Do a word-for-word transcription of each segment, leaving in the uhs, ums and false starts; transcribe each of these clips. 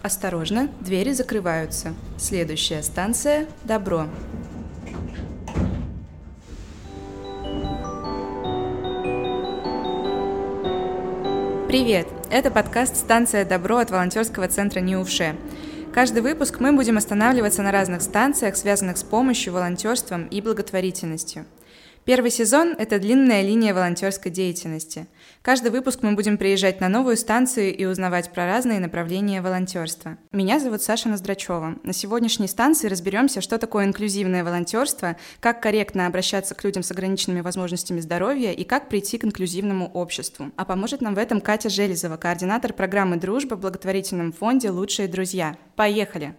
Осторожно, двери закрываются. Следующая станция – Добро. Привет! Это подкаст «Станция Добро» от волонтерского центра НИУФШЭ. Каждый выпуск мы будем останавливаться на разных станциях, связанных с помощью, волонтерством и благотворительностью. Первый сезон – это длинная линия волонтерской деятельности. Каждый выпуск мы будем приезжать на новую станцию и узнавать про разные направления волонтерства. Меня зовут Саша Ноздрачева. На сегодняшней станции разберемся, что такое инклюзивное волонтерство, как корректно обращаться к людям с ограниченными возможностями здоровья и как прийти к инклюзивному обществу. А поможет нам в этом Катя Железова, координатор программы «Дружба» в благотворительном фонде «Лучшие друзья». Поехали!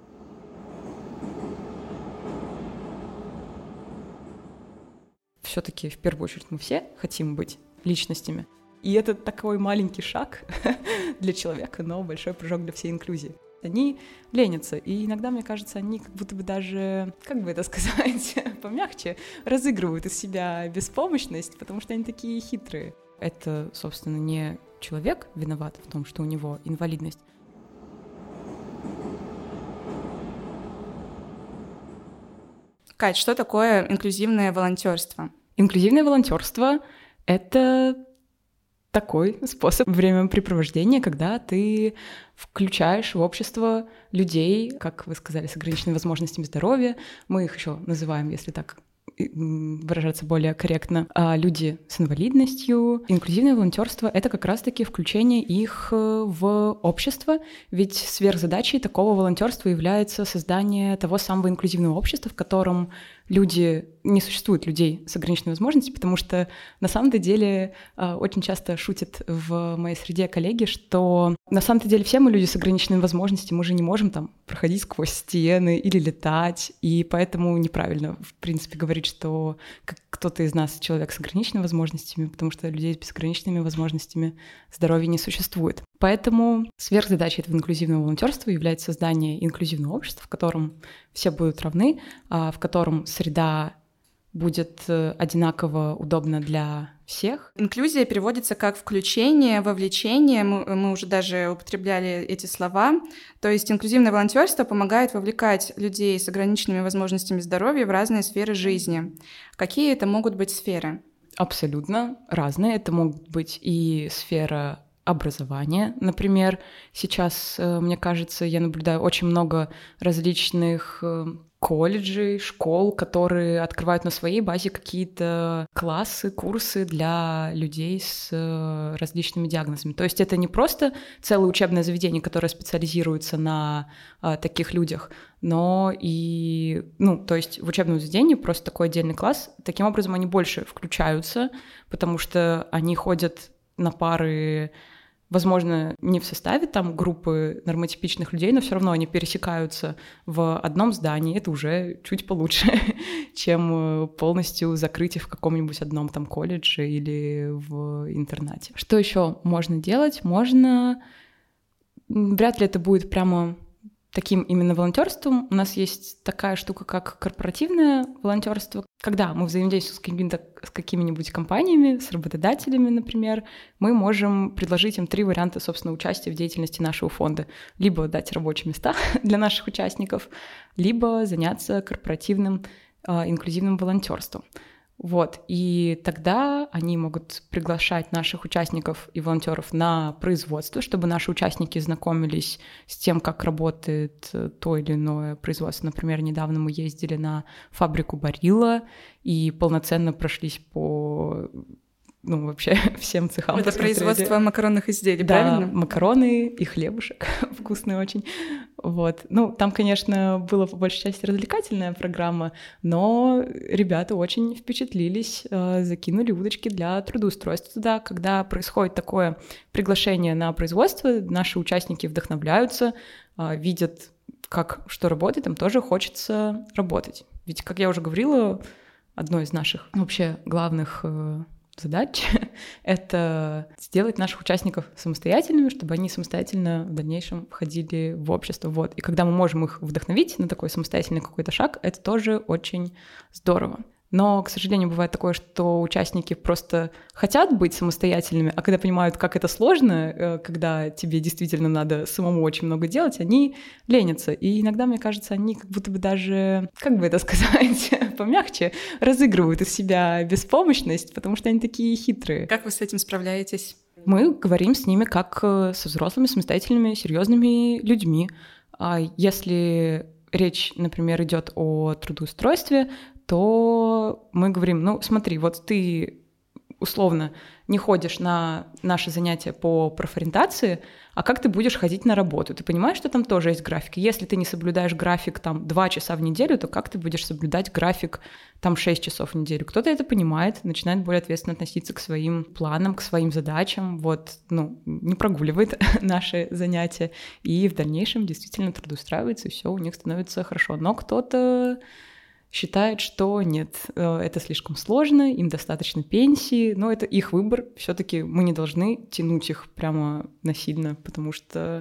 Все-таки в первую очередь мы все хотим быть личностями. И это такой маленький шаг для человека, но большой прыжок для всей инклюзии. Они ленятся, и иногда, мне кажется, они как будто бы даже, как бы это сказать, помягче, разыгрывают из себя беспомощность, потому что они такие хитрые. Это, собственно, не человек виноват в том, что у него инвалидность. Кать, что такое инклюзивное волонтерство? Инклюзивное волонтерство — это такой способ времяпрепровождения, когда ты включаешь в общество людей, как вы сказали, с ограниченными возможностями здоровья. Мы их еще называем, если так выражаться более корректно, люди с инвалидностью. Инклюзивное волонтерство — это как раз-таки включение их в общество, ведь сверхзадачей такого волонтерства является создание того самого инклюзивного общества, в котором люди, не существует людей с ограниченными возможностями, потому что на самом-то деле очень часто шутят в моей среде коллеги, что на самом-то деле все мы люди с ограниченными возможностями, мы же не можем там проходить сквозь стены или летать, и поэтому неправильно, в принципе, говорить, что кто-то из нас человек с ограниченными возможностями, потому что людей с безграничными возможностями здоровья не существует. Поэтому сверхзадачей этого инклюзивного волонтерства является создание инклюзивного общества, в котором все будут равны, в котором среда будет одинаково удобна для всех. Инклюзия переводится как включение, вовлечение. Мы, мы уже даже употребляли эти слова. То есть инклюзивное волонтерство помогает вовлекать людей с ограниченными возможностями здоровья в разные сферы жизни. Какие это могут быть сферы? Абсолютно разные. Это могут быть и сфера образования. Например, сейчас, мне кажется, я наблюдаю очень много различных колледжей, школ, которые открывают на своей базе какие-то классы, курсы для людей с различными диагнозами. То есть это не просто целое учебное заведение, которое специализируется на а, таких людях, но и, ну, то есть в учебном заведении просто такой отдельный класс. Таким образом они больше включаются, потому что они ходят на пары, возможно, не в составе там группы нормотипичных людей, но все равно они пересекаются в одном здании. Это уже чуть получше, чем полностью закрытие в каком-нибудь одном там колледже или в интернате. Что еще можно делать? Можно... Вряд ли это будет прямо таким именно волонтерством. У нас есть такая штука, как корпоративное волонтерство. Когда мы взаимодействуем с какими-то, с какими-нибудь компаниями, с работодателями, например, мы можем предложить им три варианта, собственно, участия в деятельности нашего фонда. Либо дать рабочие места для наших участников, либо заняться корпоративным э, инклюзивным волонтерством. Вот, и тогда они могут приглашать наших участников и волонтеров на производство, чтобы наши участники знакомились с тем, как работает то или иное производство. Например, недавно мы ездили на фабрику Барилла и полноценно прошлись по... ну, вообще всем цехам. Это производство макаронных изделий, да, правильно? макароны и хлебушек вкусные очень. Вот. Ну, там, конечно, была по большей части развлекательная программа, но ребята очень впечатлились, э, закинули удочки для трудоустройства туда. Когда происходит такое приглашение на производство, наши участники вдохновляются, э, видят, как что работает, им тоже хочется работать. Ведь, как я уже говорила, одной из наших вообще главных э, задач — это сделать наших участников самостоятельными, чтобы они самостоятельно в дальнейшем входили в общество. Вот. И когда мы можем их вдохновить на такой самостоятельный какой-то шаг, это тоже очень здорово. Но, к сожалению, бывает такое, что участники просто хотят быть самостоятельными, а когда понимают, как это сложно, когда тебе действительно надо самому очень много делать, они ленятся. И иногда, мне кажется, они как будто бы даже, как бы это сказать, помягче, разыгрывают из себя беспомощность, потому что они такие хитрые. Как вы с этим справляетесь? Мы говорим с ними как со взрослыми, самостоятельными, серьезными людьми. А если речь, например, идет о трудоустройстве, то мы говорим, ну смотри, вот ты условно не ходишь на наши занятия по профориентации, а как ты будешь ходить на работу? Ты понимаешь, что там тоже есть график? Если ты не соблюдаешь график там два часа в неделю, то как ты будешь соблюдать график там шесть часов в неделю? Кто-то это понимает, начинает более ответственно относиться к своим планам, к своим задачам, вот, ну, не прогуливает наши занятия, и в дальнейшем действительно трудоустраивается, и все у них становится хорошо. Но кто-то считает, что нет, это слишком сложно, им достаточно пенсии, но это их выбор. Все-таки мы не должны тянуть их прямо насильно, потому что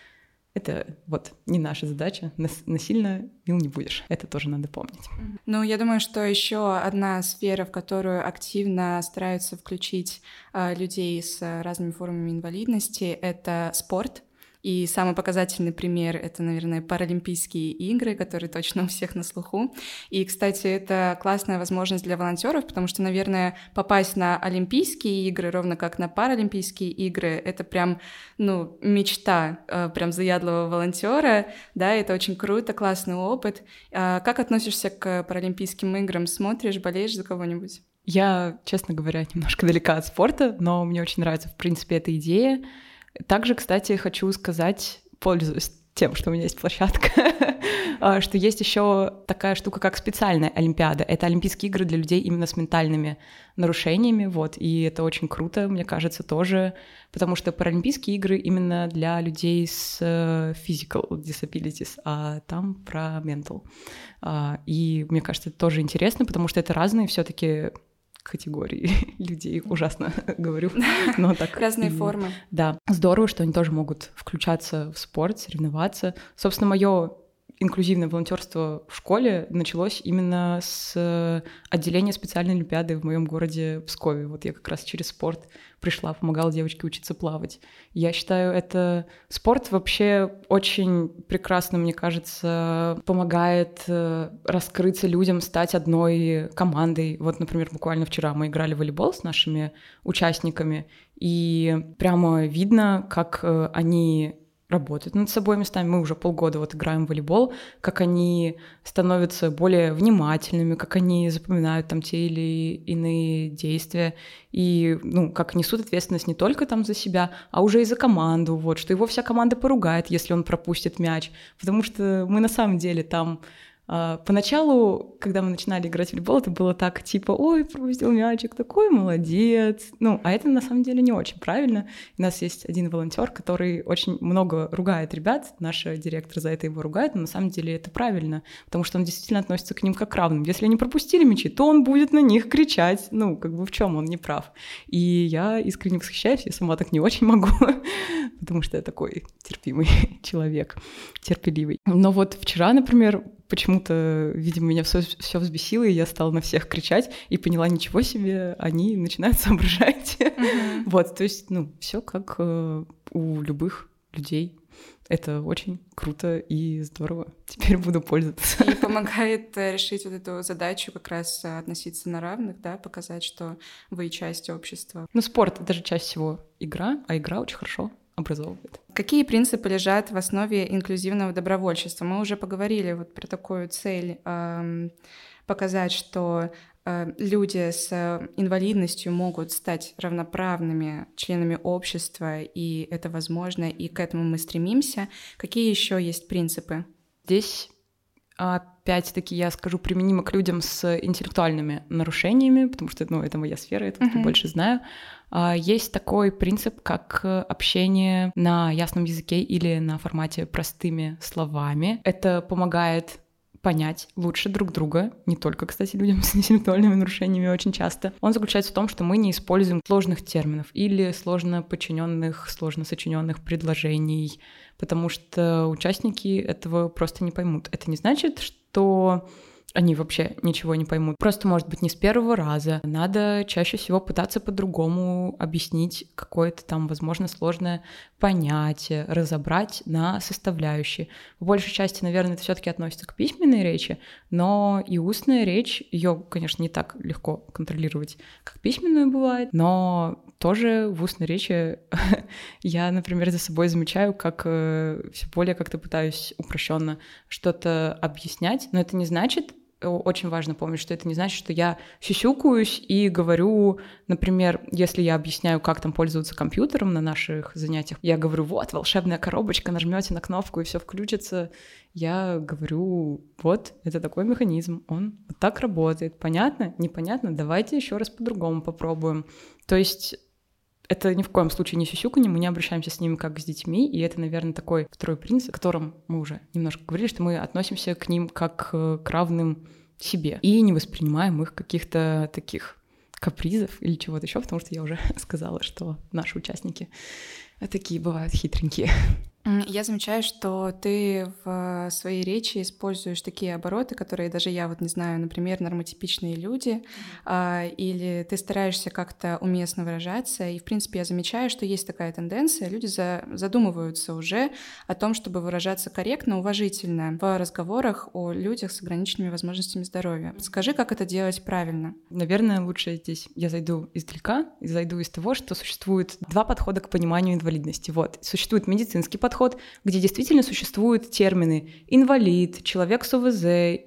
это вот не наша задача. Насильно мил не будешь. Это тоже надо помнить. Ну, я думаю, что еще одна сфера, в которую активно стараются включить э, людей с разными формами инвалидности, это спорт. И самый показательный пример — это, наверное, Паралимпийские игры, которые точно у всех на слуху. И, кстати, это классная возможность для волонтеров, потому что, наверное, попасть на Олимпийские игры, ровно как на Паралимпийские игры, это прям, ну, мечта прям заядлого волонтера, да, это очень круто, классный опыт. Как относишься к Паралимпийским играм? Смотришь, болеешь за кого-нибудь? Я, честно говоря, немножко далека от спорта, но мне очень нравится, в принципе, эта идея. Также, кстати, хочу сказать, пользуясь тем, что у меня есть площадка, что есть еще такая штука, как специальная олимпиада. Это Олимпийские игры для людей именно с ментальными нарушениями, вот, и это очень круто, мне кажется, тоже, потому что Паралимпийские игры именно для людей с physical disabilities, а там про mental. И мне кажется, это тоже интересно, потому что это разные все-таки категории людей, ужасно говорю, но так. Разные и, формы. Да, здорово, что они тоже могут включаться в спорт, соревноваться. Собственно, мое инклюзивное волонтерство в школе началось именно с отделения специальной олимпиады в моем городе Пскове. Вот я как раз через спорт пришла, помогала девочке учиться плавать. Я считаю, это спорт вообще очень прекрасно, мне кажется, помогает раскрыться людям, стать одной командой. Вот, например, буквально вчера мы играли в волейбол с нашими участниками, и прямо видно, как они работают над собой местами. Мы уже полгода вот играем в волейбол, как они становятся более внимательными, как они запоминают там те или иные действия, и, ну, как несут ответственность не только там за себя, а уже и за команду, вот, что его вся команда поругает, если он пропустит мяч, потому что мы на самом деле там поначалу, когда мы начинали играть в волейбол, это было так, типа, ой, пропустил мячик, такой молодец. Ну, а это на самом деле не очень правильно. У нас есть один волонтер, который очень много ругает ребят, наш директор за это его ругает, но на самом деле это правильно, потому что он действительно относится к ним как к равным. Если они пропустили мячи, то он будет на них кричать, ну, как бы в чем он не прав. И я искренне восхищаюсь, я сама так не очень могу, потому что я такой терпимый человек, терпеливый. Но вот вчера, например, почему-то, видимо, меня все, все взбесило, и я стала на всех кричать и поняла, ничего себе, они начинают соображать. Uh-huh. Вот, то есть, ну, все как э, у любых людей. Это очень круто и здорово. Теперь буду пользоваться. И помогает решить вот эту задачу как раз относиться на равных, да, показать, что вы часть общества. Ну, спорт — это же чаще всего игра, а игра очень хорошо образовывает. Какие принципы лежат в основе инклюзивного добровольчества? Мы уже поговорили вот про такую цель э, показать, что э, люди с инвалидностью могут стать равноправными членами общества, и это возможно, и к этому мы стремимся. Какие еще есть принципы? Здесь опять-таки я скажу применимо к людям с интеллектуальными нарушениями, потому что, ну, это моя сфера, я uh-huh. больше знаю. Есть такой принцип, как общение на ясном языке или на формате простыми словами. Это помогает понять лучше друг друга, не только, кстати, людям с интеллектуальными нарушениями очень часто. Он заключается в том, что мы не используем сложных терминов или сложно подчиненных, сложно сочиненных предложений, потому что участники этого просто не поймут. Это не значит, что они вообще ничего не поймут. Просто, может быть, не с первого раза. Надо чаще всего пытаться по-другому объяснить какое-то там, возможно, сложное понятие, разобрать на составляющие. В большей части, наверное, это все-таки относится к письменной речи, но и устная речь, ее, конечно, не так легко контролировать, как письменную бывает, но тоже в устной речи я, например, за собой замечаю, как все более как-то пытаюсь упрощенно что-то объяснять, но это не значит, очень важно помнить, что это не значит, что я сюсюкаюсь и говорю, например, если я объясняю, как там пользоваться компьютером на наших занятиях, я говорю, вот, волшебная коробочка, нажмете на кнопку и все включится. Я говорю, вот, это такой механизм, он вот так работает. Понятно? Непонятно? Давайте еще раз по-другому попробуем. То есть это ни в коем случае не сюсюканье, мы не обращаемся с ними как с детьми, и это, наверное, такой второй принцип, о котором мы уже немножко говорили, что мы относимся к ним как к равным себе и не воспринимаем их каких-то таких капризов или чего-то еще, потому что я уже сказала, что наши участники такие бывают хитренькие. Я замечаю, что ты в своей речи используешь такие обороты, которые даже я вот не знаю, например, нормотипичные люди, mm-hmm. или ты стараешься как-то уместно выражаться, и, в принципе, я замечаю, что есть такая тенденция, люди за, задумываются уже о том, чтобы выражаться корректно, уважительно в разговорах о людях с ограниченными возможностями здоровья. Скажи, как это делать правильно? Наверное, лучше здесь я зайду издалека, и зайду из того, что существует два подхода к пониманию инвалидности. Вот, существует медицинский подход, подход, где действительно существуют термины инвалид, человек с ОВЗ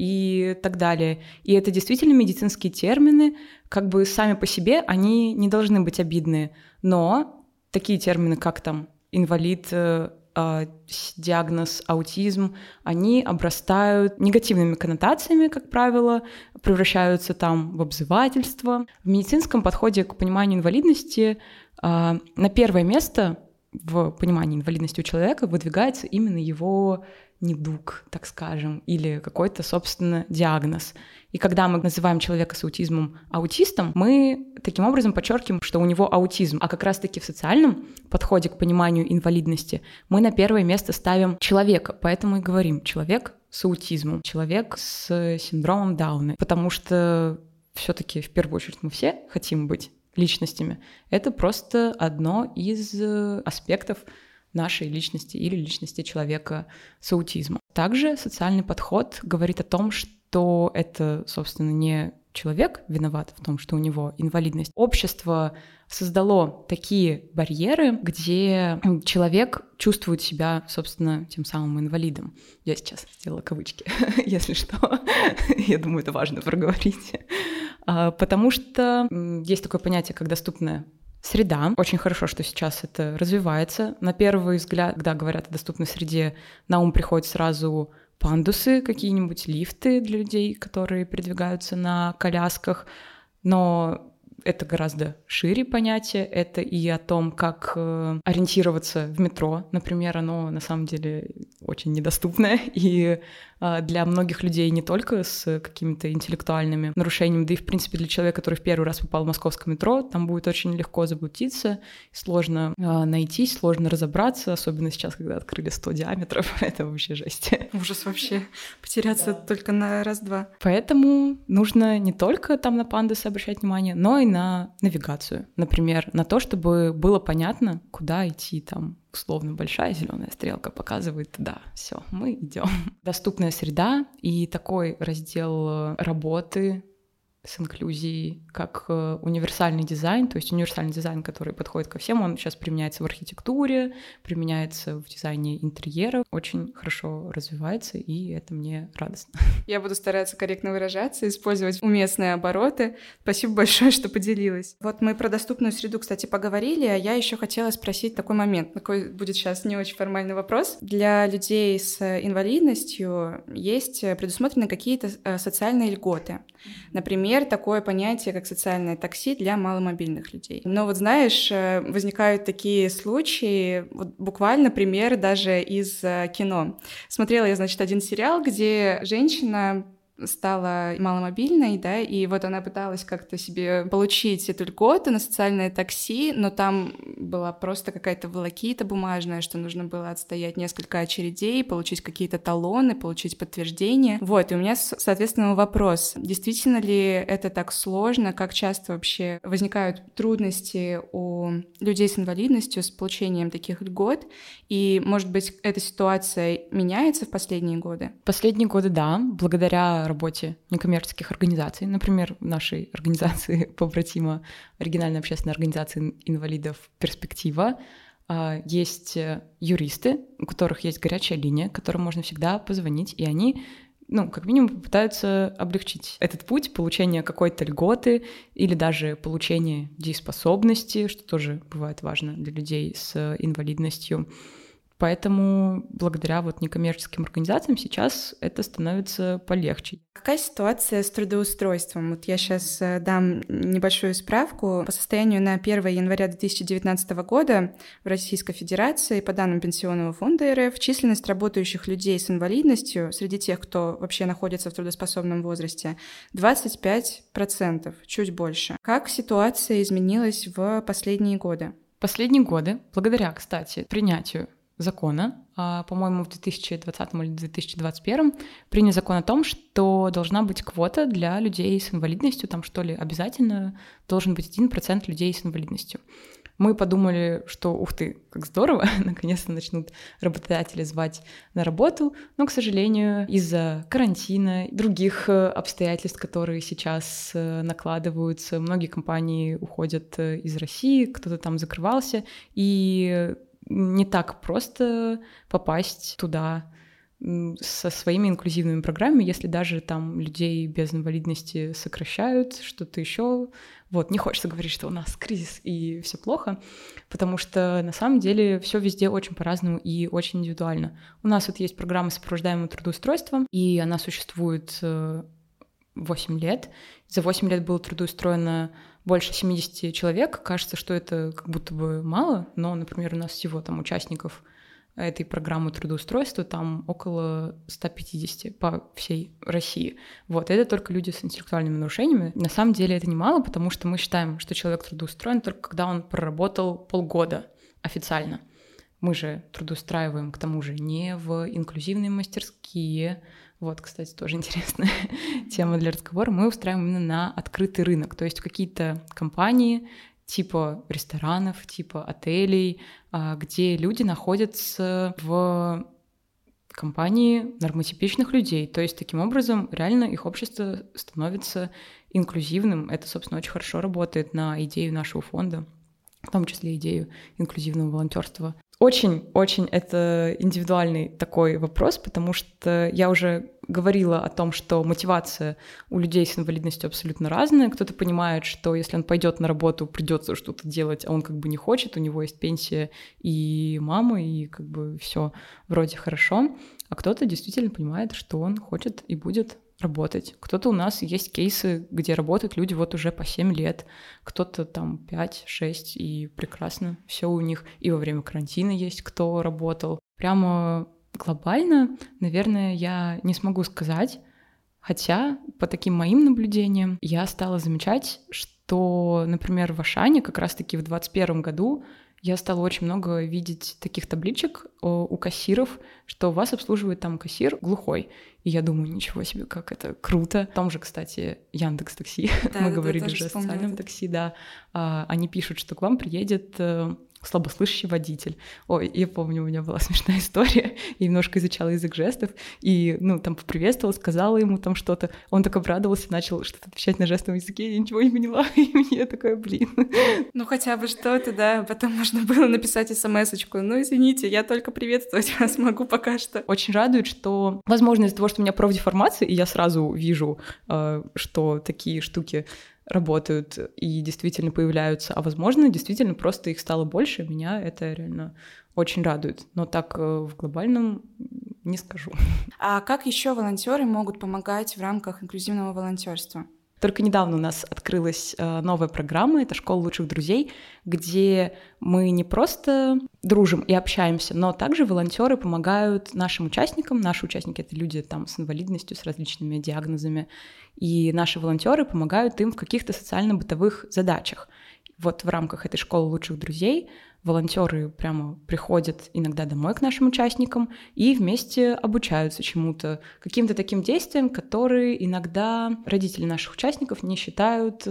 и так далее. И это действительно медицинские термины, как бы сами по себе они не должны быть обидные. Но такие термины, как там инвалид, э, э, диагноз аутизм, они обрастают негативными коннотациями, как правило, превращаются там в обзывательство. В медицинском подходе к пониманию инвалидности э, на первое место в понимании инвалидности у человека выдвигается именно его недуг, так скажем, или какой-то, собственно, диагноз. И когда мы называем человека с аутизмом аутистом, мы таким образом подчеркиваем, что у него аутизм. А как раз-таки в социальном подходе к пониманию инвалидности мы на первое место ставим человека, поэтому и говорим «человек с аутизмом», «человек с синдромом Дауна», потому что все-таки в первую очередь мы все хотим быть личностями. Это просто одно из аспектов нашей личности или личности человека с аутизмом. Также социальный подход говорит о том, что это, собственно, не человек виноват в том, что у него инвалидность. Общество создало такие барьеры, где человек чувствует себя, собственно, тем самым инвалидом. Я сейчас сделала кавычки, если что. Я думаю, это важно проговорить. Потому что есть такое понятие, как доступная среда. Очень хорошо, что сейчас это развивается. На первый взгляд, когда говорят о доступной среде, на ум приходят сразу пандусы, какие-нибудь лифты для людей, которые передвигаются на колясках. Но это гораздо шире понятие. Это и о том, как э, ориентироваться в метро, например. Оно на самом деле очень недоступное. И э, для многих людей не только с какими-то интеллектуальными нарушениями, да и, в принципе, для человека, который в первый раз попал в московское метро, там будет очень легко заблудиться, сложно э, найтись, сложно разобраться, особенно сейчас, когда открыли сто диаметров. Это вообще жесть. Ужас вообще. Потеряться да. только на раз-два. Поэтому нужно не только там на пандусы обращать внимание, но и на навигацию. Например, на то, чтобы было понятно, куда идти. Там условно большая зеленая стрелка показывает, да, все, мы идем. Доступная среда и такой раздел работы с инклюзией, как универсальный дизайн, то есть универсальный дизайн, который подходит ко всем, он сейчас применяется в архитектуре, применяется в дизайне интерьеров, очень хорошо развивается, и это мне радостно. Я буду стараться корректно выражаться, использовать уместные обороты. Спасибо большое, что поделилась. Вот мы про доступную среду, кстати, поговорили, а я еще хотела спросить такой момент, такой будет сейчас не очень формальный вопрос. Для людей с инвалидностью есть предусмотрены какие-то социальные льготы. Например, такое понятие, как социальное такси для маломобильных людей. Но вот знаешь, возникают такие случаи, вот буквально пример даже из кино. Смотрела я, значит, один сериал, где женщина стала маломобильной, да, и вот она пыталась как-то себе получить эту льготу на социальное такси, но там была просто какая-то волокита бумажная, что нужно было отстоять несколько очередей, получить какие-то талоны, получить подтверждение. Вот, и у меня, соответственно, вопрос. Действительно ли это так сложно? Как часто вообще возникают трудности у людей с инвалидностью с получением таких льгот? И, может быть, эта ситуация меняется в последние годы? Последние годы, да, благодаря работе некоммерческих организаций, например, нашей организации побратима, оригинальной общественной организации инвалидов «Перспектива», есть юристы, у которых есть горячая линия, к которым можно всегда позвонить, и они, ну, как минимум, попытаются облегчить этот путь получения какой-то льготы или даже получения дееспособности, что тоже бывает важно для людей с инвалидностью. Поэтому благодаря вот некоммерческим организациям сейчас это становится полегче. Какая ситуация с трудоустройством? Вот я сейчас дам небольшую справку. По состоянию на первое января две тысячи девятнадцатого года в Российской Федерации, по данным Пенсионного фонда эр эф, численность работающих людей с инвалидностью среди тех, кто вообще находится в трудоспособном возрасте, двадцать пять процентов, чуть больше. Как ситуация изменилась в последние годы? Последние годы, благодаря, кстати, принятию закона, по-моему, в две тысячи двадцатом или две тысячи двадцать первом принят закон о том, что должна быть квота для людей с инвалидностью, там что ли обязательно должен быть один процент людей с инвалидностью. Мы подумали, что ух ты, как здорово, наконец-то начнут работодатели звать на работу, но, к сожалению, из-за карантина и других обстоятельств, которые сейчас накладываются, многие компании уходят из России, кто-то там закрывался, и не так просто попасть туда со своими инклюзивными программами, если даже там людей без инвалидности сокращают, что-то еще. Вот, не хочется говорить, что у нас кризис и все плохо, потому что на самом деле все везде очень по-разному и очень индивидуально. У нас вот есть программа сопровождаемого трудоустройства, и она существует восемь лет. За восемь лет было трудоустроено больше семьдесят человек. Кажется, что это как будто бы мало, но, например, у нас всего там участников этой программы трудоустройства там около ста пятидесяти по всей России. Вот, это только люди с интеллектуальными нарушениями. На самом деле это немало, потому что мы считаем, что человек трудоустроен только когда он проработал полгода официально. Мы же трудоустраиваем, к тому же, не в инклюзивные мастерские. Вот, кстати, тоже интересная тема для разговора. Мы устраиваем именно на открытый рынок, то есть какие-то компании типа ресторанов, типа отелей, где люди находятся в компании нормотипичных людей. То есть таким образом реально их общество становится инклюзивным. Это, собственно, очень хорошо работает на идею нашего фонда, в том числе идею инклюзивного волонтерства. Очень-очень это индивидуальный такой вопрос, потому что я уже говорила о том, что мотивация у людей с инвалидностью абсолютно разная. Кто-то понимает, что если он пойдет на работу, придется что-то делать, а он как бы не хочет, у него есть пенсия и мама, и как бы все вроде хорошо. А кто-то действительно понимает, что он хочет и будет работать. Кто-то у нас есть кейсы, где работают люди вот уже по семь лет, кто-то там пять-шесть, и прекрасно все у них. И во время карантина есть кто работал. Прямо глобально, наверное, я не смогу сказать, хотя по таким моим наблюдениям я стала замечать, что, например, в Ашане как раз-таки в двадцать первом году я стала очень много видеть таких табличек у кассиров, что вас обслуживает там кассир глухой. И я думаю, ничего себе, как это круто. В том же, кстати, Яндекс.Такси, да, мы да, говорили уже о социальном такси, да. Они пишут, что к вам приедет слабослышащий водитель. Ой, я помню, у меня была смешная история, я немножко изучала язык жестов, и, ну, там поприветствовала, сказала ему там что-то, он так обрадовался, начал что-то отвечать на жестовом языке, я ничего не поняла, и мне такая, блин. Ну, хотя бы что-то, да, потом можно было написать смс-очку, ну, извините, я только приветствовать вас могу пока что. Очень радует, что, возможно, из-за того, что у меня профдеформация, и я сразу вижу, что такие штуки работают и действительно появляются, а возможно, действительно просто их стало больше, меня это реально очень радует. Но так в глобальном не скажу. А как еще волонтеры могут помогать в рамках инклюзивного волонтерства? Только недавно у нас открылась новая программа, это «Школа лучших друзей», где мы не просто дружим и общаемся, но также волонтеры помогают нашим участникам. Наши участники — это люди там с инвалидностью, с различными диагнозами, и наши волонтеры помогают им в каких-то социально-бытовых задачах. Вот в рамках этой «Школы лучших друзей» волонтеры прямо приходят иногда домой к нашим участникам и вместе обучаются чему-то, каким-то таким действиям, которые иногда родители наших участников не считают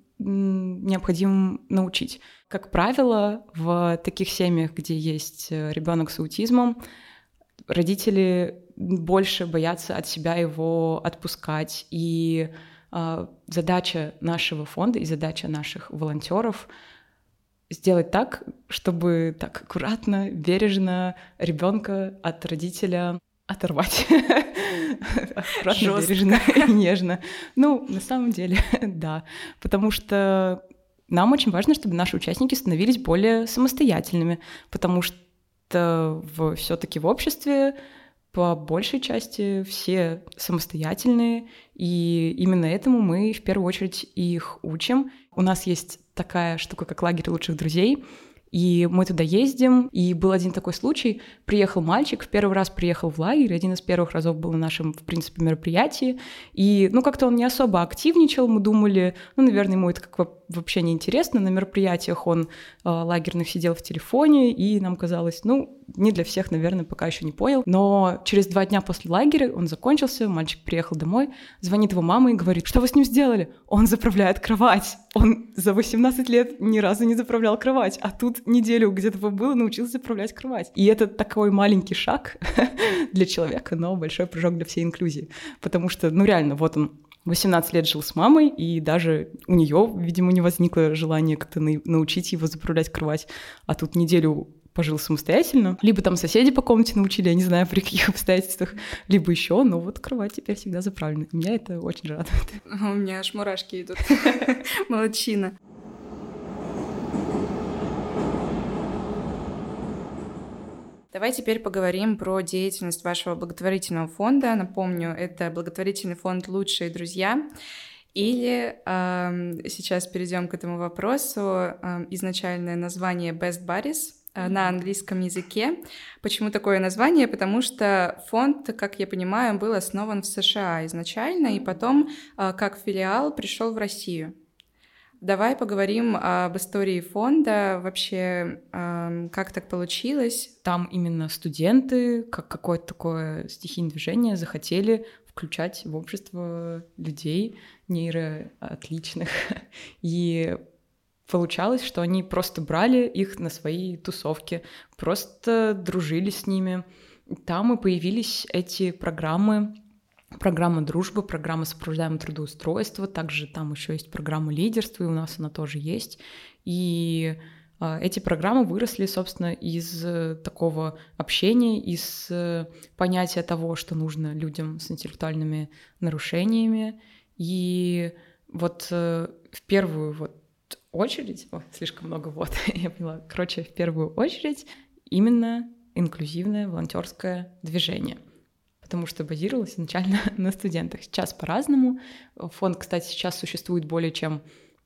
необходимым научить. Как правило, в таких семьях, где есть ребенок с аутизмом, родители больше боятся от себя его отпускать. И э, задача нашего фонда и задача наших волонтеров — сделать так, чтобы так аккуратно, бережно ребенка от родителя оторвать. Аккуратно, бережно и нежно. Ну, на самом деле, да. Потому что нам очень важно, чтобы наши участники становились более самостоятельными, потому что в, все-таки в обществе по большей части все самостоятельные, и именно этому мы в первую очередь их учим. У нас есть такая штука, как лагерь лучших друзей, и мы туда ездим, и был один такой случай, приехал мальчик, в первый раз приехал в лагерь, один из первых разов был на нашем, в принципе, мероприятии, и, ну, как-то он не особо активничал, мы думали, ну, наверное, ему это как вообще не интересно, на мероприятиях он э, лагерных сидел в телефоне, и нам казалось, ну, не для всех, наверное, пока еще не понял, но через два дня после лагеря он закончился, мальчик приехал домой, звонит его мама и говорит, что вы с ним сделали? Он заправляет кровать, он за восемнадцать лет ни разу не заправлял кровать, а тут неделю где-то побыл и научился заправлять кровать. И это такой маленький шаг для человека, но большой прыжок для всей инклюзии, потому что, ну, реально, вот он восемнадцать лет жил с мамой, и даже у нее, видимо, не возникло желания как-то научить его заправлять кровать, а тут неделю пожил самостоятельно. Либо там соседи по комнате научили, я не знаю, при каких обстоятельствах, либо еще, но вот кровать теперь всегда заправлена. Меня это очень радует. У меня аж мурашки идут. Молодчина. Давай теперь поговорим про деятельность вашего благотворительного фонда. Напомню, это благотворительный фонд «Лучшие друзья». Или э, сейчас перейдем к этому вопросу. Э, изначальное название Best Buddies э, на английском языке. Почему такое название? Потому что фонд, как я понимаю, был основан в США изначально, и потом, э, как филиал, пришел в Россию. Давай поговорим об истории фонда, вообще, э, как так получилось. Там именно студенты, как какое-то такое стихийное движение, захотели включать в общество людей нейроотличных. И получалось, что они просто брали их на свои тусовки, просто дружили с ними. Там и появились эти программы, программа дружбы, программа сопровождаемого трудоустройства, также там еще есть программа лидерства, и у нас она тоже есть. И э, эти программы выросли, собственно, из э, такого общения, из э, понятия того, что нужно людям с интеллектуальными нарушениями. И вот э, в первую вот очередь, о, слишком много вот, я поняла, короче, в первую очередь именно инклюзивное волонтерское движение, потому что базировалось изначально на студентах. Сейчас по-разному. Фонд, кстати, сейчас существует более чем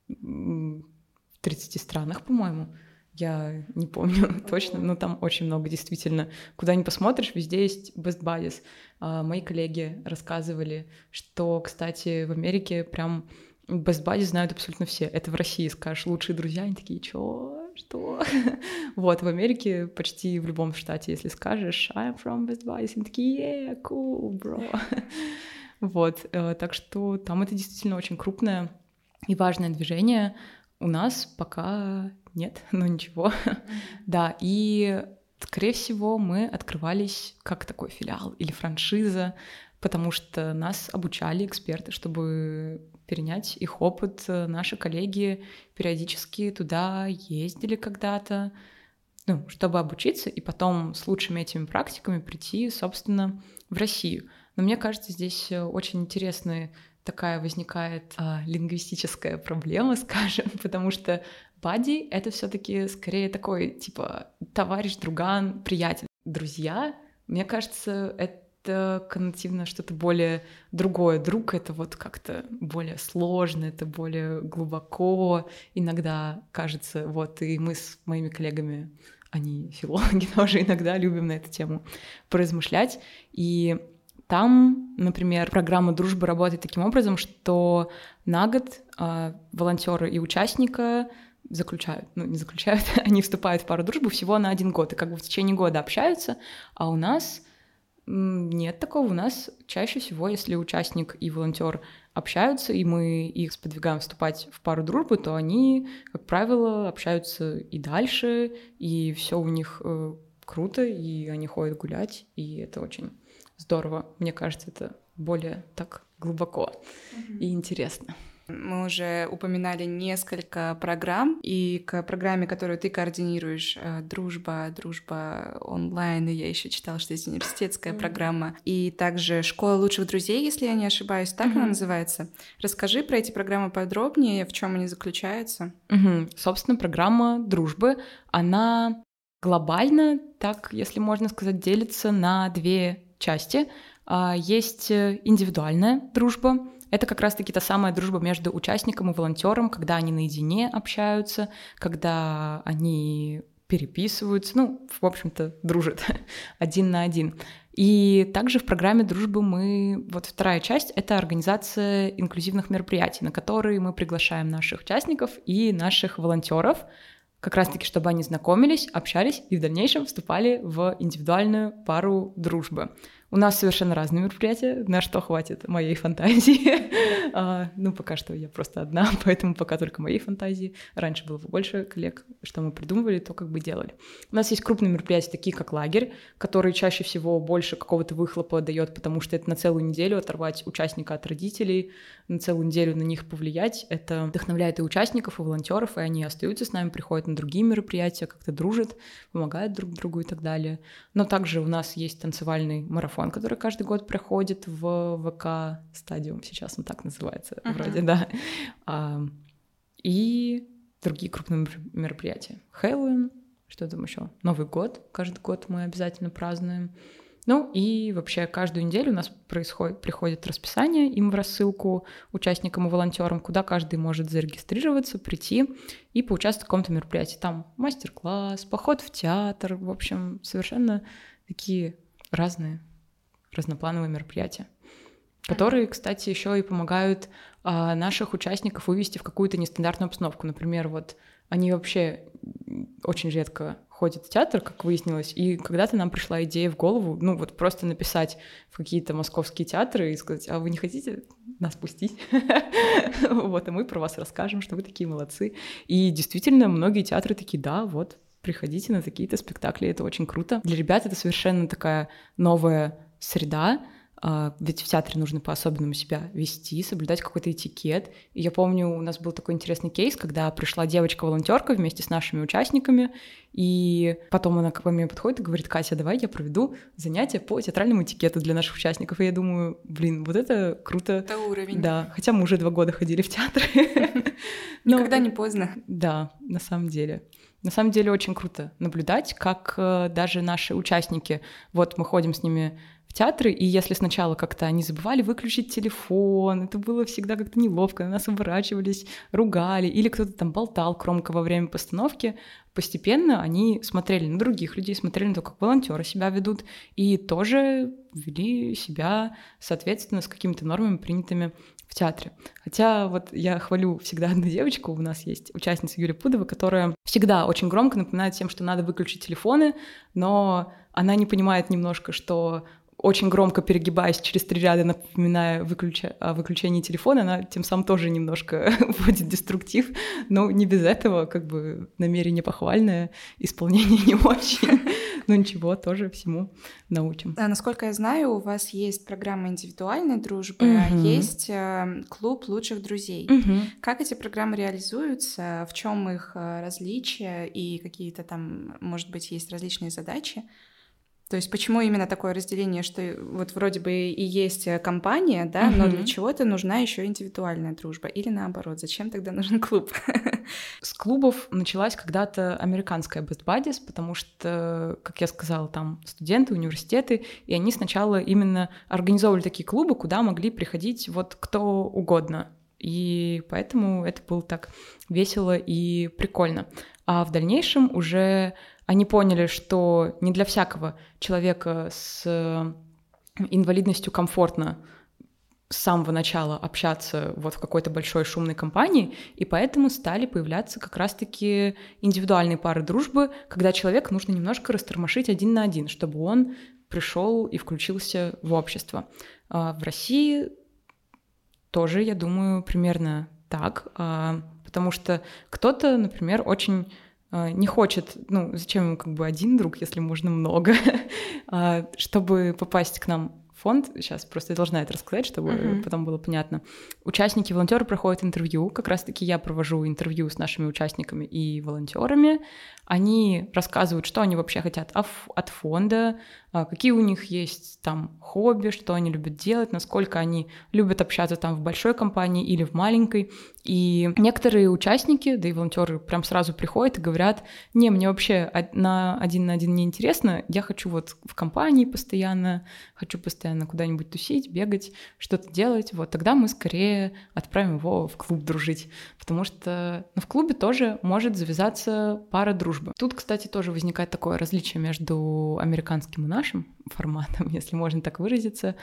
в тридцати странах, по-моему. Я не помню точно, но там очень много действительно. Куда ни посмотришь, везде есть Best Buddies. Мои коллеги рассказывали, что, кстати, в Америке прям Best Buddies знают абсолютно все. Это в России скажешь «лучшие друзья», они такие «чё? Что?» Вот, в Америке почти в любом штате, если скажешь «I'm from Best Buddies», они такие «yeah, cool, bro». Вот, так что там это действительно очень крупное и важное движение. У нас пока нет, но ничего. Да, и, скорее всего, мы открывались как такой филиал или франшиза, потому что нас обучали эксперты, чтобы перенять их опыт. Наши коллеги периодически туда ездили когда-то, ну, чтобы обучиться и потом с лучшими этими практиками прийти, собственно, в Россию. Но мне кажется, здесь очень интересная такая возникает а, лингвистическая проблема, скажем, потому что buddy — это все-таки скорее такой, типа, товарищ, друган, приятель. Друзья, мне кажется, это это коннотивно что-то более другое. Друг — это вот как-то более сложно, это более глубоко. Иногда кажется, вот и мы с моими коллегами, они филологи, тоже иногда любим на эту тему поразмышлять. И там, например, программа дружбы работает таким образом, что на год э, волонтеры и участника заключают, ну не заключают, они вступают в пару дружбы всего на один год, и как бы в течение года общаются, а у нас нет такого. У нас чаще всего, если участник и волонтер общаются, и мы их сподвигаем вступать в пару дружбы, то они, как правило, общаются и дальше, и все у них э, круто, и они ходят гулять, и это очень здорово. Мне кажется, это более так глубоко mm-hmm. и интересно. Мы уже упоминали несколько программ, и к программе, которую ты координируешь, «Дружба», «Дружба онлайн», и я еще читала, что есть университетская mm-hmm. программа, и также «Школа лучших друзей», если я не ошибаюсь, так mm-hmm. она называется. Расскажи про эти программы подробнее, в чем они заключаются. Mm-hmm. Собственно, программа «Дружбы», она глобально, так, если можно сказать, делится на две части. Есть индивидуальная дружба. Это как раз-таки та самая дружба между участником и волонтером, когда они наедине общаются, когда они переписываются, ну, в общем-то, дружат один на один. И также в программе дружбы мы... Вот вторая часть — это организация инклюзивных мероприятий, на которые мы приглашаем наших участников и наших волонтеров, как раз-таки, чтобы они знакомились, общались и в дальнейшем вступали в индивидуальную пару дружбы. У нас совершенно разные мероприятия, на что хватит моей фантазии. а, ну, пока что я просто одна, поэтому пока только моей фантазии. Раньше было больше коллег, что мы придумывали, то как бы делали. У нас есть крупные мероприятия, такие как лагерь, который чаще всего больше какого-то выхлопа дает, потому что это на целую неделю оторвать участника от родителей, на целую неделю на них повлиять. Это вдохновляет и участников, и волонтеров, и они остаются с нами, приходят на другие мероприятия, как-то дружат, помогают друг другу и так далее. Но также у нас есть танцевальный марафон, который каждый год проходит в ВК Стадиум, сейчас он так называется, uh-huh. вроде, да. А, и другие крупные мероприятия. Хэллоуин, что там еще? Новый год, каждый год мы обязательно празднуем. Ну и вообще каждую неделю у нас происходит, приходит расписание им в рассылку участникам и волонтерам, куда каждый может зарегистрироваться, прийти и поучаствовать в каком-то мероприятии. Там мастер-класс, поход в театр, в общем, совершенно такие разные разноплановые мероприятия, которые, кстати, еще и помогают а, наших участников вывести в какую-то нестандартную обстановку. Например, вот они вообще очень редко ходят в театр, как выяснилось, и когда-то нам пришла идея в голову, ну вот просто написать в какие-то московские театры и сказать: а вы не хотите нас пустить? Вот, а мы про вас расскажем, что вы такие молодцы. И действительно, многие театры такие: да, вот, приходите на такие-то спектакли, это очень круто. Для ребят это совершенно такая новая среда, ведь в театре нужно по-особенному себя вести, соблюдать какой-то этикет. И я помню, у нас был такой интересный кейс, когда пришла девочка-волонтерка вместе с нашими участниками, и потом она ко мне подходит и говорит: Катя, давай я проведу занятия по театральному этикету для наших участников. И я думаю, блин, вот это круто. Это уровень. Да, хотя мы уже два года ходили в театр. Никогда не поздно. Да, на самом деле. На самом деле очень круто наблюдать, как даже наши участники, вот мы ходим с ними в театры, и если сначала как-то они забывали выключить телефон, это было всегда как-то неловко, на нас оборачивались, ругали, или кто-то там болтал громко во время постановки, постепенно они смотрели на других людей, смотрели на то, как волонтеры себя ведут, и тоже вели себя соответственно с какими-то нормами, принятыми в театре. Хотя вот я хвалю всегда одну девочку, у нас есть участница Юлия Пудова, которая всегда очень громко напоминает всем, что надо выключить телефоны, но она не понимает немножко, что очень громко перегибаясь через три ряда, напоминая выключа... о выключении телефона, она тем самым тоже немножко вводит деструктив, но не без этого, как бы намерение похвальное, исполнение не очень, но ничего, тоже всему научим. А, насколько я знаю, у вас есть программа индивидуальной дружбы, mm-hmm. а есть э, клуб лучших друзей. Mm-hmm. Как эти программы реализуются, в чем их различия и какие-то там, может быть, есть различные задачи? То есть почему именно такое разделение, что вот вроде бы и есть компания, да, uh-huh. но для чего-то нужна еще индивидуальная дружба? Или наоборот, зачем тогда нужен клуб? С клубов началась когда-то американская Best Buddies, потому что, как я сказала, там студенты, университеты, и они сначала именно организовывали такие клубы, куда могли приходить вот кто угодно. И поэтому это было так весело и прикольно. А в дальнейшем уже они поняли, что не для всякого человека с инвалидностью комфортно с самого начала общаться вот в какой-то большой шумной компании, и поэтому стали появляться как раз-таки индивидуальные пары дружбы, когда человеку нужно немножко растормошить один на один, чтобы он пришел и включился в общество. А в России тоже, я думаю, примерно так, потому что кто-то, например, очень не хочет, ну, зачем ему как бы один друг, если можно много, чтобы попасть к нам в фонд. Сейчас просто я должна это рассказать, чтобы uh-huh. потом было понятно. Участники, волонтеры проходят интервью. Как раз-таки я провожу интервью с нашими участниками и волонтерами. Они рассказывают, что они вообще хотят от фонда, какие у них есть там хобби, что они любят делать, насколько они любят общаться там в большой компании или в маленькой. И некоторые участники, да и волонтеры прям сразу приходят и говорят: не, мне вообще на один на один не интересно, я хочу вот в компании постоянно, хочу постоянно куда-нибудь тусить, бегать, что-то делать. Вот тогда мы скорее отправим его в клуб дружить, потому что ну, в клубе тоже может завязаться пара дружбы. Тут, кстати, тоже возникает такое различие между американским и нашим форматом, если можно так выразиться.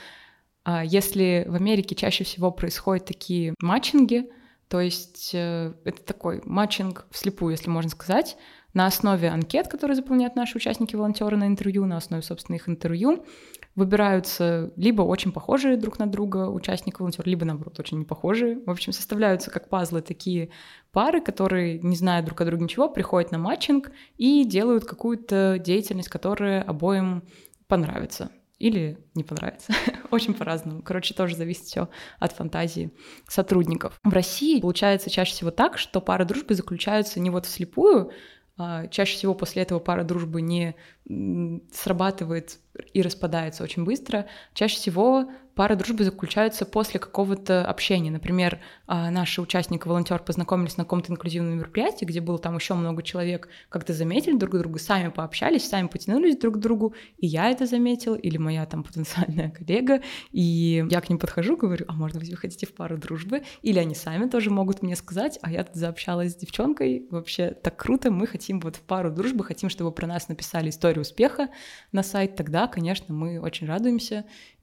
Если в Америке чаще всего происходят такие матчинги, то есть это такой матчинг вслепую, если можно сказать, на основе анкет, которые заполняют наши участники-волонтеры на интервью, на основе, собственно, их интервью, выбираются либо очень похожие друг на друга участники-волонтеры, либо, наоборот, очень непохожие. В общем, составляются как пазлы такие пары, которые, не зная друг о друге ничего, приходят на матчинг и делают какую-то деятельность, которая обоим понравится. Или не понравится. Очень по-разному. Короче, тоже зависит все от фантазии сотрудников. В России получается чаще всего так, что пары дружбы заключаются не вот вслепую, а чаще всего после этого пара дружбы не срабатывает и распадается очень быстро. Чаще всего пара дружбы заключается после какого-то общения. Например, наши участники-волонтеры познакомились на каком-то инклюзивном мероприятии, где было там еще много человек, как-то заметили друг друга, сами пообщались, сами потянулись друг к другу, и я это заметила, или моя там потенциальная коллега, и я к ним подхожу, говорю: а может быть, вы хотите в пару дружбы? Или они сами тоже могут мне сказать: а я тут заобщалась с девчонкой, вообще так круто, мы хотим вот в пару дружбы, хотим, чтобы про нас написали историю успеха на сайт. Тогда, конечно, мы очень радуемся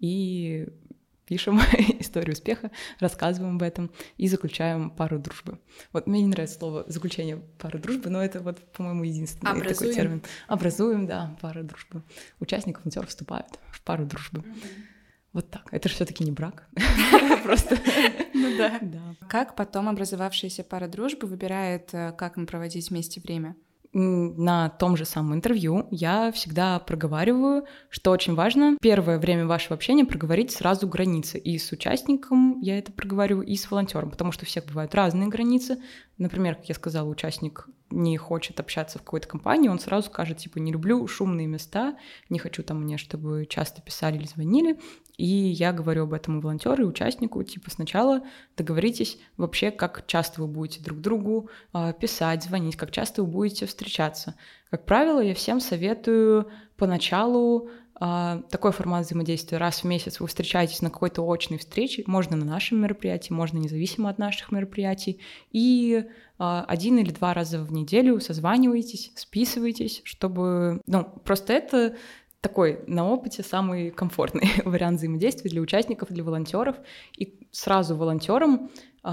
и пишем историю успеха, рассказываем об этом и заключаем пару дружбы. Вот мне не нравится слово «заключение пары дружбы», но это вот, по-моему, единственный Образуем. такой термин. Образуем, да, пара дружбы. Участник волонтер вступает в пару дружбы. Mm-hmm. Вот так. Это же все-таки не брак. Просто. Ну да. Как потом образовавшаяся пара дружбы выбирает, как им проводить вместе время? На том же самом интервью я всегда проговариваю, что очень важно первое время вашего общения проговорить сразу границы. И с участником я это проговариваю, и с волонтером, потому что у всех бывают разные границы. Например, как я сказала, участник не хочет общаться в какой-то компании, он сразу скажет, типа, не люблю шумные места, не хочу там мне, чтобы часто писали или звонили. И я говорю об этом и волонтеру, и участнику, типа, сначала договоритесь вообще, как часто вы будете друг другу писать, звонить, как часто вы будете встречаться. Как правило, я всем советую поначалу такой формат взаимодействия. Раз в месяц вы встречаетесь на какой-то очной встрече, можно на нашем мероприятии, можно независимо от наших мероприятий, и один или два раза в неделю созваниваетесь, списываетесь, чтобы... Ну, просто это такой на опыте самый комфортный вариант взаимодействия для участников, для волонтеров. И сразу волонтерам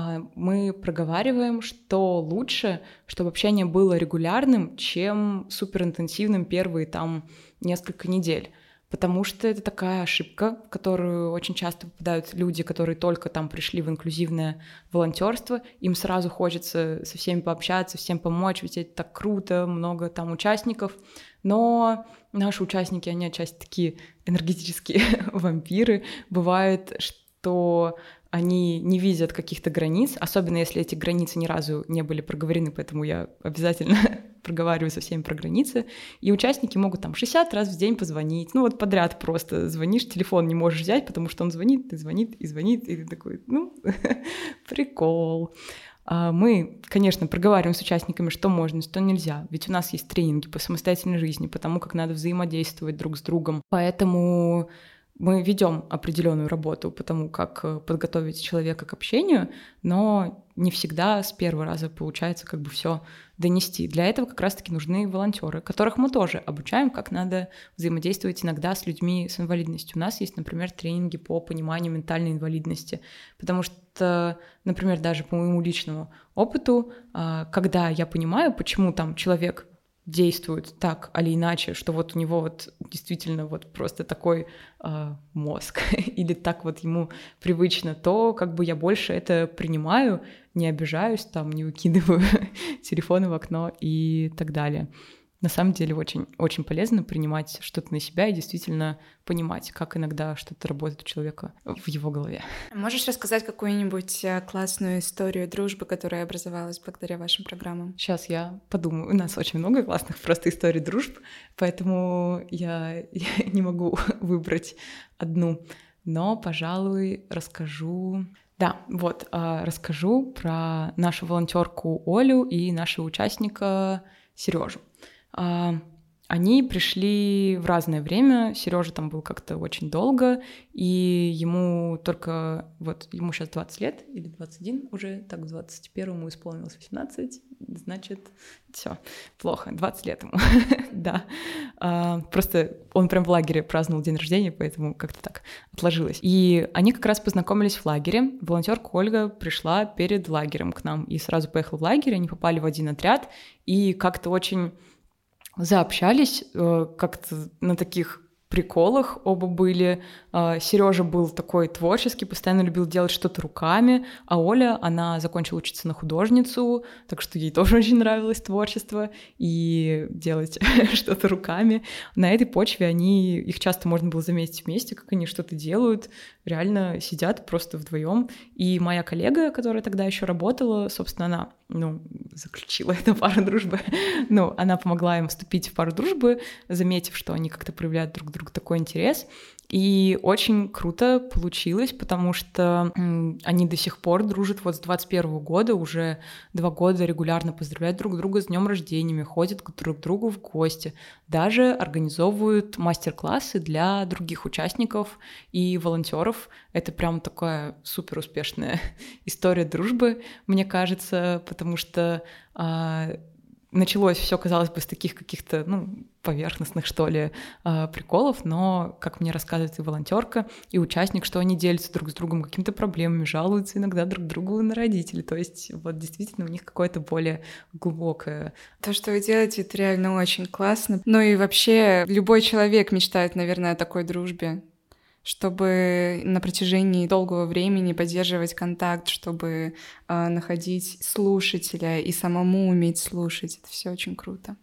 мы проговариваем, что лучше, чтобы общение было регулярным, чем суперинтенсивным первые там несколько недель. Потому что это такая ошибка, в которую очень часто попадают люди, которые только там пришли в инклюзивное волонтерство. Им сразу хочется со всеми пообщаться, всем помочь, ведь это так круто, много там участников. Но наши участники, они отчасти такие энергетические вампиры. Бывает, что они не видят каких-то границ, особенно если эти границы ни разу не были проговорены, поэтому я обязательно проговариваю со всеми про границы. И участники могут там шестьдесят раз в день позвонить, ну вот подряд просто звонишь, телефон не можешь взять, потому что он звонит, и звонит, и звонит, и ты такой, ну, прикол. Мы, конечно, проговариваем с участниками, что можно, что нельзя, ведь у нас есть тренинги по самостоятельной жизни, по тому, как надо взаимодействовать друг с другом, поэтому мы ведем определенную работу по тому, как подготовить человека к общению, но не всегда с первого раза получается как бы все донести. Для этого как раз-таки нужны волонтеры, которых мы тоже обучаем, как надо взаимодействовать иногда с людьми с инвалидностью. У нас есть, например, тренинги по пониманию ментальной инвалидности, потому что, например, даже по моему личному опыту, когда я понимаю, почему там человек действует так или иначе, что вот у него вот действительно вот просто такой э, мозг или так вот ему привычно, то как бы я больше это принимаю, не обижаюсь, там, не выкидываю телефоны в окно и так далее. На самом деле очень, очень полезно принимать что-то на себя и действительно понимать, как иногда что-то работает у человека в его голове. Можешь рассказать какую-нибудь классную историю дружбы, которая образовалась благодаря вашим программам? Сейчас я подумаю. У нас очень много классных просто историй дружб, поэтому я, я не могу выбрать одну. Но, пожалуй, расскажу... Да, вот, расскажу про нашу волонтерку Олю и нашего участника Сережу. Они пришли в разное время. Сережа там был как-то очень долго, и ему только вот ему сейчас двадцать лет или двадцать один уже, так в двадцать первом исполнилось восемнадцать, значит, все плохо, двадцать лет ему, да. Просто он прям в лагере праздновал день рождения, поэтому как-то так отложилось. И они как раз познакомились в лагере. Волонтерка Ольга пришла перед лагерем к нам и сразу поехала в лагерь. Они попали в один отряд и как-то очень заобщались, как-то на таких приколах оба были. Сережа был такой творческий, постоянно любил делать что-то руками, а Оля, она закончила учиться на художницу, так что ей тоже очень нравилось творчество и делать что-то руками. На этой почве они, их часто можно было заметить вместе, как они что-то делают, реально сидят просто вдвоем. И моя коллега, которая тогда еще работала, собственно, она, ну, заключила эту пару дружбы, ну, она помогла им вступить в пару дружбы, заметив, что они как-то проявляют друг к другу такой интерес. И очень круто получилось, потому что м, они до сих пор дружат вот с двадцать первого года, уже два года регулярно поздравляют друг друга с днем рождения, ходят друг к другу в гости, даже организовывают мастер-классы для других участников и волонтеров. Это прям такая супер успешная история дружбы, мне кажется, потому что а, началось все, казалось бы, с таких каких-то, ну, поверхностных, что ли, приколов, но, как мне рассказывает и волонтерка, и участник, что они делятся друг с другом какими-то проблемами, жалуются иногда друг другу на родителей. То есть вот действительно у них какое-то более глубокое... То, что вы делаете, это реально очень классно. Ну и вообще любой человек мечтает, наверное, о такой дружбе, чтобы на протяжении долгого времени поддерживать контакт, чтобы э, находить слушателя и самому уметь слушать. Это все очень круто.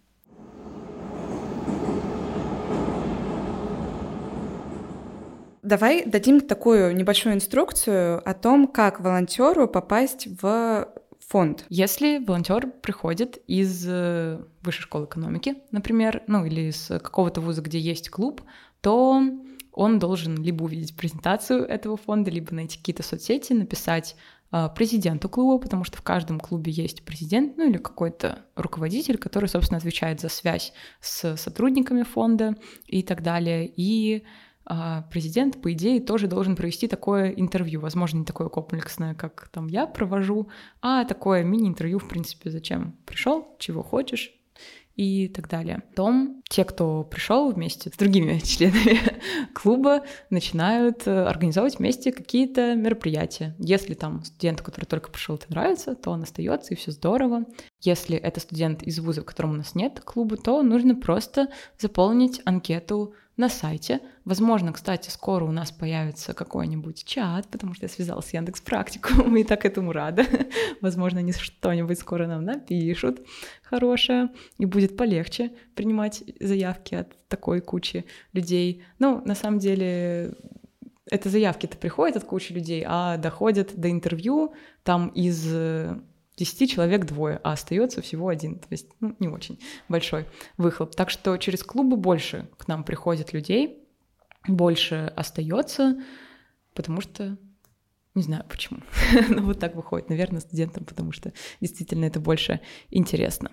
Давай дадим такую небольшую инструкцию о том, как волонтеру попасть в фонд. Если волонтер приходит из высшей школы экономики, например, ну или из какого-то вуза, где есть клуб, то он должен либо увидеть презентацию этого фонда, либо найти какие-то соцсети, написать президенту клуба, потому что в каждом клубе есть президент, ну или какой-то руководитель, который, собственно, отвечает за связь с сотрудниками фонда и так далее. И президент, по идее, тоже должен провести такое интервью. Возможно, не такое комплексное, как там я провожу, а такое мини-интервью, в принципе, зачем пришел, чего хочешь и так далее. Потом те, кто пришел вместе с другими членами клуба, начинают организовывать вместе какие-то мероприятия. Если там студенту, который только пришел, это нравится, то он остается, и все здорово. Если это студент из вуза, в котором у нас нет клуба, то нужно просто заполнить анкету на сайте. Возможно, кстати, скоро у нас появится какой-нибудь чат, потому что я связалась с Яндекс.Практикумом и так этому рада. Возможно, они что-нибудь скоро нам напишут хорошее, и будет полегче принимать заявки от такой кучи людей. Ну, на самом деле, это заявки-то приходят от кучи людей, а доходят до интервью там из десяти человек двое, а остается всего один. То есть, ну, не очень большой выхлоп. Так что через клубы больше к нам приходит людей, больше остается, потому что не знаю почему, но вот так выходит, наверное, студентам, потому что действительно это больше интересно.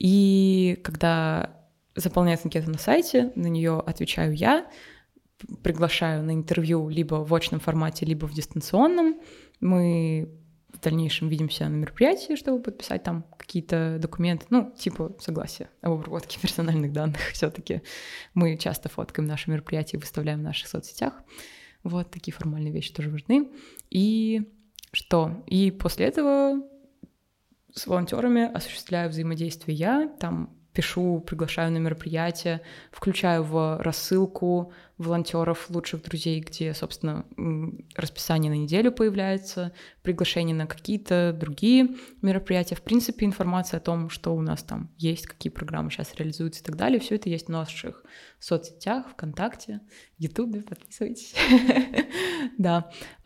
И когда заполняется анкета на сайте, на нее отвечаю я, приглашаю на интервью либо в очном формате, либо в дистанционном. Мы в дальнейшем видимся на мероприятии, чтобы подписать там какие-то документы, ну, типа согласия об обработке персональных данных. Все-таки мы часто фоткаем наши мероприятия и выставляем в наших соцсетях. Вот такие формальные вещи тоже важны. И что? И после этого с волонтерами осуществляю взаимодействие я, там пишу, приглашаю на мероприятия, включаю в рассылку волонтеров лучших друзей, где, собственно, расписание на неделю появляется, приглашение на какие-то другие мероприятия. В принципе, информация о том, что у нас там есть, какие программы сейчас реализуются и так далее, все это есть в наших соцсетях, ВКонтакте, в Ютубе, подписывайтесь. Да,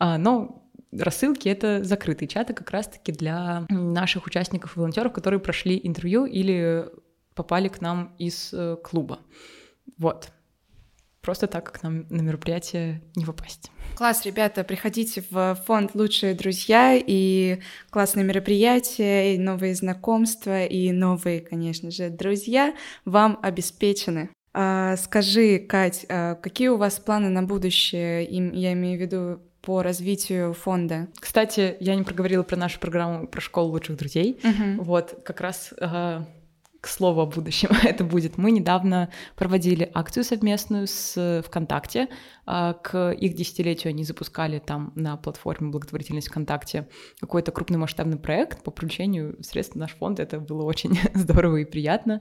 но рассылки — это закрытые чаты как раз-таки для наших участников и волонтеров, которые прошли интервью или попали к нам из э, клуба. Вот. Просто так, как нам на мероприятие не попасть. Класс, ребята, приходите в фонд «Лучшие друзья», и классные мероприятия, и новые знакомства, и новые, конечно же, друзья вам обеспечены. А, скажи, Кать, а какие у вас планы на будущее? Я имею в виду по развитию фонда. Кстати, я не проговорила про нашу программу про школу лучших друзей. Uh-huh. Вот, как раз... Э- К слову о будущем это будет. Мы недавно проводили акцию совместную с ВКонтакте. К их десятилетию они запускали там на платформе благотворительность ВКонтакте какой-то крупный масштабный проект по привлечению средств в наш фонд. Это было очень здорово и приятно.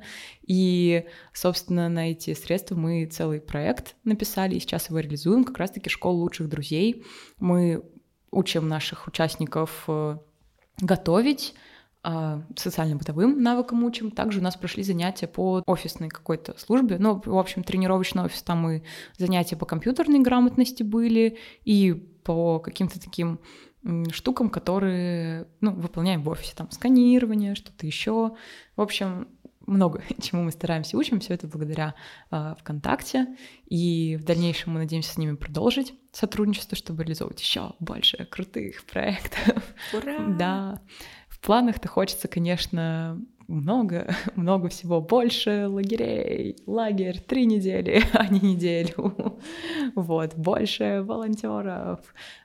И, собственно, на эти средства мы целый проект написали и сейчас его реализуем. Как раз-таки «Школа лучших друзей». Мы учим наших участников готовить, социально-бытовым навыкам учим. Также у нас прошли занятия по офисной какой-то службе. Ну, в общем, тренировочный офис, там и занятия по компьютерной грамотности были, и по каким-то таким штукам, которые, ну, выполняем в офисе. Там сканирование, что-то еще. В общем, много чему мы стараемся учим. Все это благодаря э, ВКонтакте. И в дальнейшем мы надеемся с ними продолжить сотрудничество, чтобы реализовывать еще больше крутых проектов. Ура! Да. В планах-то хочется, конечно, много, много всего, больше лагерей, лагерь три недели, а не неделю, вот, больше волонтеров,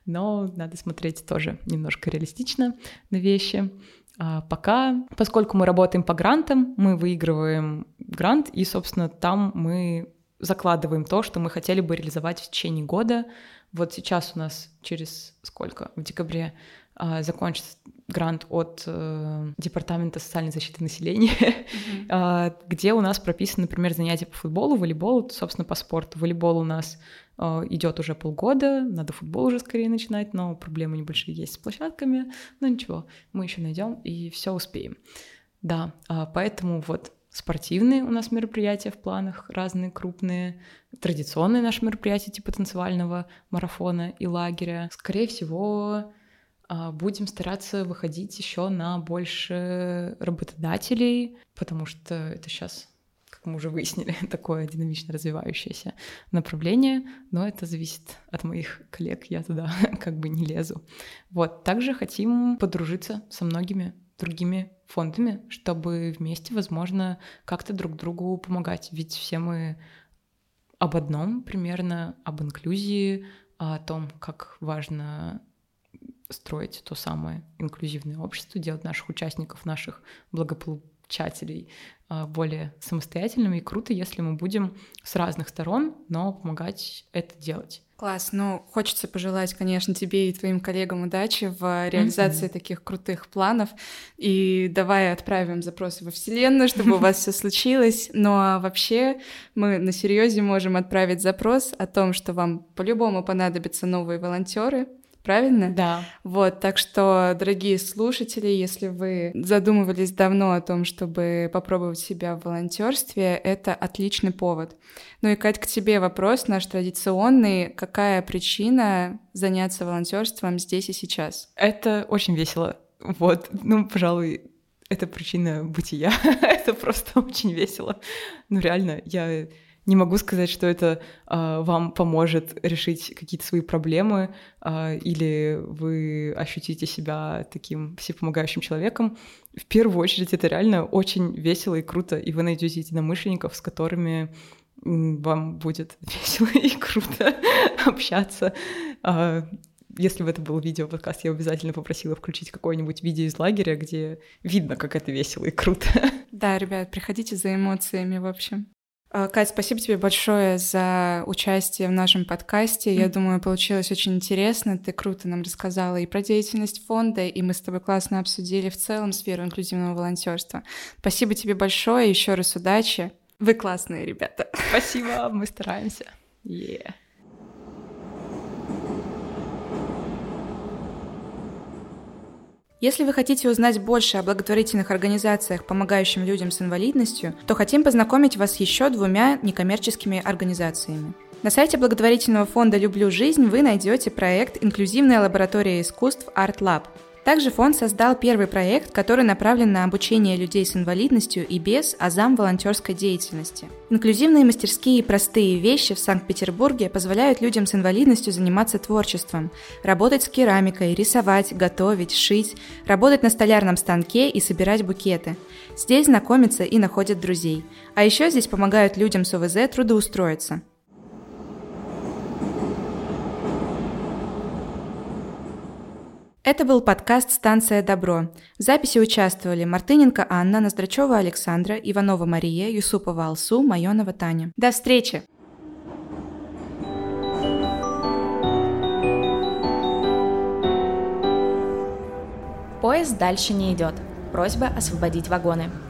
но надо смотреть тоже немножко реалистично на вещи. А пока, поскольку мы работаем по грантам, мы выигрываем грант, и, собственно, там мы закладываем то, что мы хотели бы реализовать в течение года. Вот сейчас у нас через сколько? В декабре а, закончится грант от э, Департамента социальной защиты населения, mm-hmm. а, где у нас прописаны, например, занятия по футболу, волейболу, собственно, по спорту. Волейбол у нас э, идет уже полгода, надо футбол уже скорее начинать, но проблемы небольшие есть с площадками, но ничего, мы еще найдем и все успеем. Да, а, поэтому вот спортивные у нас мероприятия в планах, разные крупные, традиционные наши мероприятия типа танцевального марафона и лагеря. Скорее всего, будем стараться выходить еще на больше работодателей, потому что это сейчас, как мы уже выяснили, такое динамично развивающееся направление, но это зависит от моих коллег, я туда как бы не лезу. Вот, также хотим подружиться со многими другими фондами, чтобы вместе, возможно, как-то друг другу помогать, ведь все мы об одном примерно, об инклюзии, о том, как важно строить то самое инклюзивное общество, делать наших участников, наших благополучателей более самостоятельными. И круто, если мы будем с разных сторон, но помогать это делать. Класс. Ну, хочется пожелать, конечно, тебе и твоим коллегам удачи в реализации mm-hmm. таких крутых планов. И давай отправим запросы во Вселенную, чтобы у вас все случилось. Ну а вообще мы на серьезе можем отправить запрос о том, что вам по-любому понадобятся новые волонтеры, правильно? Да. Вот, так что, дорогие слушатели, если вы задумывались давно о том, чтобы попробовать себя в волонтерстве, это отличный повод. Ну и, Кать, к тебе вопрос наш традиционный. Какая причина заняться волонтерством здесь и сейчас? Это очень весело. Вот, ну, пожалуй, это причина бытия. Это просто очень весело. Ну, реально, я не могу сказать, что это а, вам поможет решить какие-то свои проблемы, а, или вы ощутите себя таким всепомогающим человеком. В первую очередь, это реально очень весело и круто, и вы найдете единомышленников, с которыми вам будет весело и круто общаться. А, Если бы это был видео-подкаст, я обязательно попросила включить какое-нибудь видео из лагеря, где видно, как это весело и круто. Да, ребят, приходите за эмоциями, в общем. Кать, спасибо тебе большое за участие в нашем подкасте. Я mm. думаю, получилось очень интересно. Ты круто нам рассказала и про деятельность фонда, и мы с тобой классно обсудили в целом сферу инклюзивного волонтерства. Спасибо тебе большое, еще раз удачи. Вы классные ребята. Спасибо, мы стараемся. Yeah. Если вы хотите узнать больше о благотворительных организациях, помогающим людям с инвалидностью, то хотим познакомить вас с еще двумя некоммерческими организациями. На сайте благотворительного фонда «Люблю жизнь» вы найдете проект «Инклюзивная лаборатория искусств Art Lab». Также фонд создал первый проект, который направлен на обучение людей с инвалидностью и без азам волонтерской деятельности. Инклюзивные мастерские и простые вещи в Санкт-Петербурге позволяют людям с инвалидностью заниматься творчеством, работать с керамикой, рисовать, готовить, шить, работать на столярном станке и собирать букеты. Здесь знакомятся и находят друзей. А еще здесь помогают людям с ОВЗ трудоустроиться. Это был подкаст «Станция Добро». В записи участвовали Мартыненко Анна, Ноздрачева Александра, Иванова Мария, Юсупова Алсу, Майонова Таня. До встречи! Поезд дальше не идет. Просьба освободить вагоны.